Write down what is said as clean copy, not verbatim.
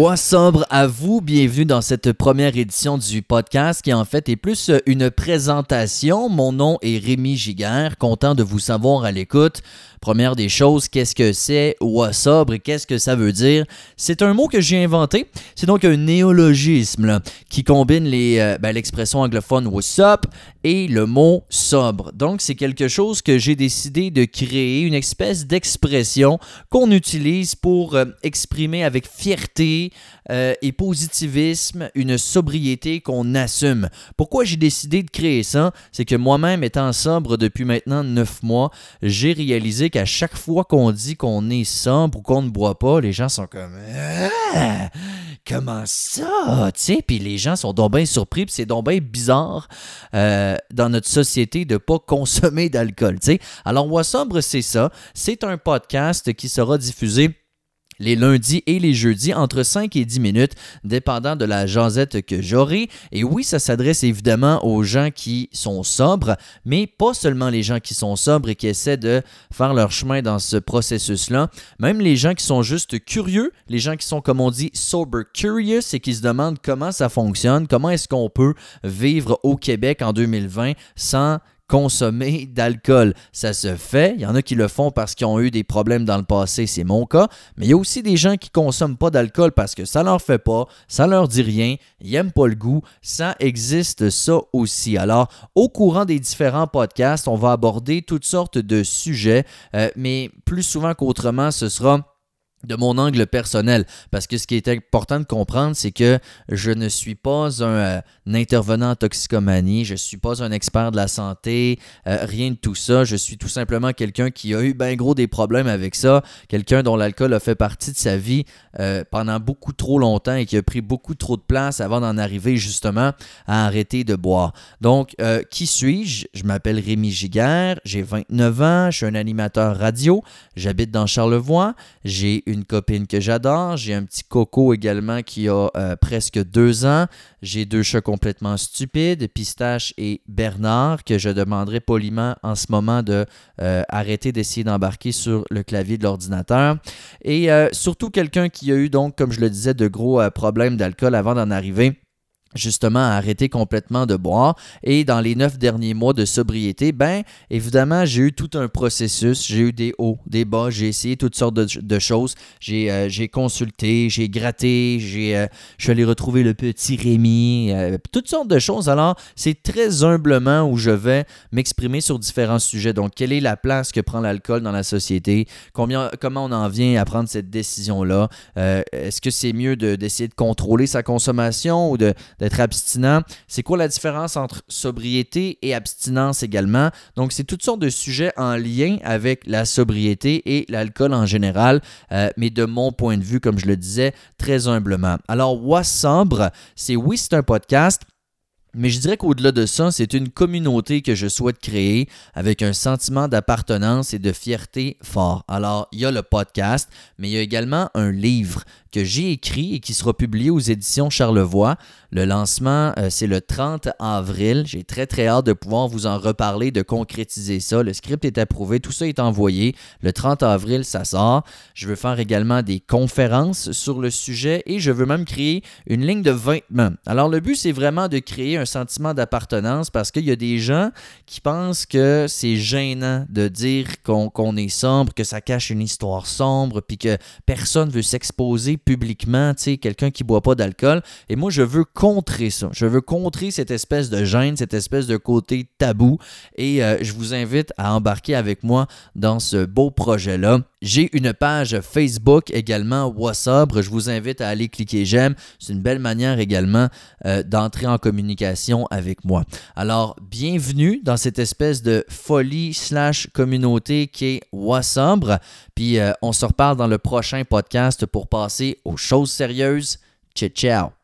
Sobre à vous, bienvenue dans cette première édition du podcast qui en fait est plus une présentation. Mon nom est Rémi Giguère, content de vous savoir à l'écoute. Première des choses, qu'est-ce que c'est Sobre et qu'est-ce que ça veut dire? C'est un mot que j'ai inventé. C'est donc un néologisme là, qui combine l'expression anglophone what's up et le mot sobre. Donc, c'est quelque chose que j'ai décidé de créer, une espèce d'expression qu'on utilise pour exprimer avec fierté et positivisme une sobriété qu'on assume. Pourquoi j'ai décidé de créer ça? C'est que moi-même, étant sobre depuis maintenant 9 mois, j'ai réalisé qu'à chaque fois qu'on dit qu'on est sobre ou qu'on ne boit pas, les gens sont comme « Ah! Comment ça? » Tu sais, puis les gens sont donc bien surpris, puis c'est donc bien bizarre dans notre société de ne pas consommer d'alcool, tu sais. Alors, Sobre, c'est ça. C'est un podcast qui sera diffusé les lundis et les jeudis, entre 5 et 10 minutes, dépendant de la jasette que j'aurai. Et oui, ça s'adresse évidemment aux gens qui sont sobres, mais pas seulement les gens qui sont sobres et qui essaient de faire leur chemin dans ce processus-là. Même les gens qui sont juste curieux, les gens qui sont, comme on dit, sober curious et qui se demandent comment ça fonctionne, comment est-ce qu'on peut vivre au Québec en 2020 sans consommer d'alcool. Ça se fait. Il y en a qui le font parce qu'ils ont eu des problèmes dans le passé, c'est mon cas. Mais il y a aussi des gens qui ne consomment pas d'alcool parce que ça leur fait pas, ça leur dit rien, ils n'aiment pas le goût. Ça existe ça aussi. Alors, au courant des différents podcasts, on va aborder toutes sortes de sujets, mais plus souvent qu'autrement, ce sera de mon angle personnel, parce que ce qui est important de comprendre, c'est que je ne suis pas un intervenant en toxicomanie, je ne suis pas un expert de la santé, rien de tout ça. Je suis tout simplement quelqu'un qui a eu bien gros des problèmes avec ça, quelqu'un dont l'alcool a fait partie de sa vie pendant beaucoup trop longtemps et qui a pris beaucoup trop de place avant d'en arriver justement à arrêter de boire. Donc, qui suis-je? Je m'appelle Rémi Giguère, j'ai 29 ans, je suis un animateur radio, j'habite dans Charlevoix, j'ai une copine que j'adore, j'ai un petit coco également qui a presque 2 ans, j'ai 2 chats complètement stupides, Pistache et Bernard, que je demanderai poliment en ce moment de arrêter d'essayer d'embarquer sur le clavier de l'ordinateur, et surtout quelqu'un qui a eu donc, comme je le disais, de gros problèmes d'alcool avant d'en arriver justement à arrêter complètement de boire. Et dans les 9 derniers mois de sobriété, évidemment, j'ai eu tout un processus. J'ai eu des hauts, des bas, j'ai essayé toutes sortes de choses. J'ai consulté, j'ai gratté, je suis allé retrouver le petit Rémi, toutes sortes de choses. Alors, c'est très humblement où je vais m'exprimer sur différents sujets. Donc, quelle est la place que prend l'alcool dans la société? Comment on en vient à prendre cette décision-là? Est-ce que c'est mieux d'essayer de contrôler sa consommation ou d'être abstinent? C'est quoi la différence entre sobriété et abstinence également? Donc, c'est toutes sortes de sujets en lien avec la sobriété et l'alcool en général, mais de mon point de vue, comme je le disais, très humblement. Alors, Sobre, c'est un podcast, mais je dirais qu'au-delà de ça, c'est une communauté que je souhaite créer avec un sentiment d'appartenance et de fierté fort. Alors, il y a le podcast, mais il y a également un livre que j'ai écrit et qui sera publié aux éditions Charlevoix. Le lancement, c'est le 30 avril. J'ai très, très hâte de pouvoir vous en reparler, de concrétiser ça. Le script est approuvé, tout ça est envoyé. Le 30 avril, ça sort. Je veux faire également des conférences sur le sujet et je veux même créer une ligne de vêtements. Alors, le but, c'est vraiment de créer un sentiment d'appartenance parce qu'il y a des gens qui pensent que c'est gênant de dire qu'on est sombre, que ça cache une histoire sombre, puis que personne veut s'exposer publiquement, tu sais, quelqu'un qui ne boit pas d'alcool. Et moi, je veux contrer ça. Je veux contrer cette espèce de gêne, cette espèce de côté tabou. Et je vous invite à embarquer avec moi dans ce beau projet-là. J'ai une page Facebook également, Sobre. Je vous invite à aller cliquer j'aime. C'est une belle manière également d'entrer en communication avec moi. Alors, bienvenue dans cette espèce de folie/communauté qui est Sobre. Puis on se reparle dans le prochain podcast pour passer aux choses sérieuses. Ciao, ciao!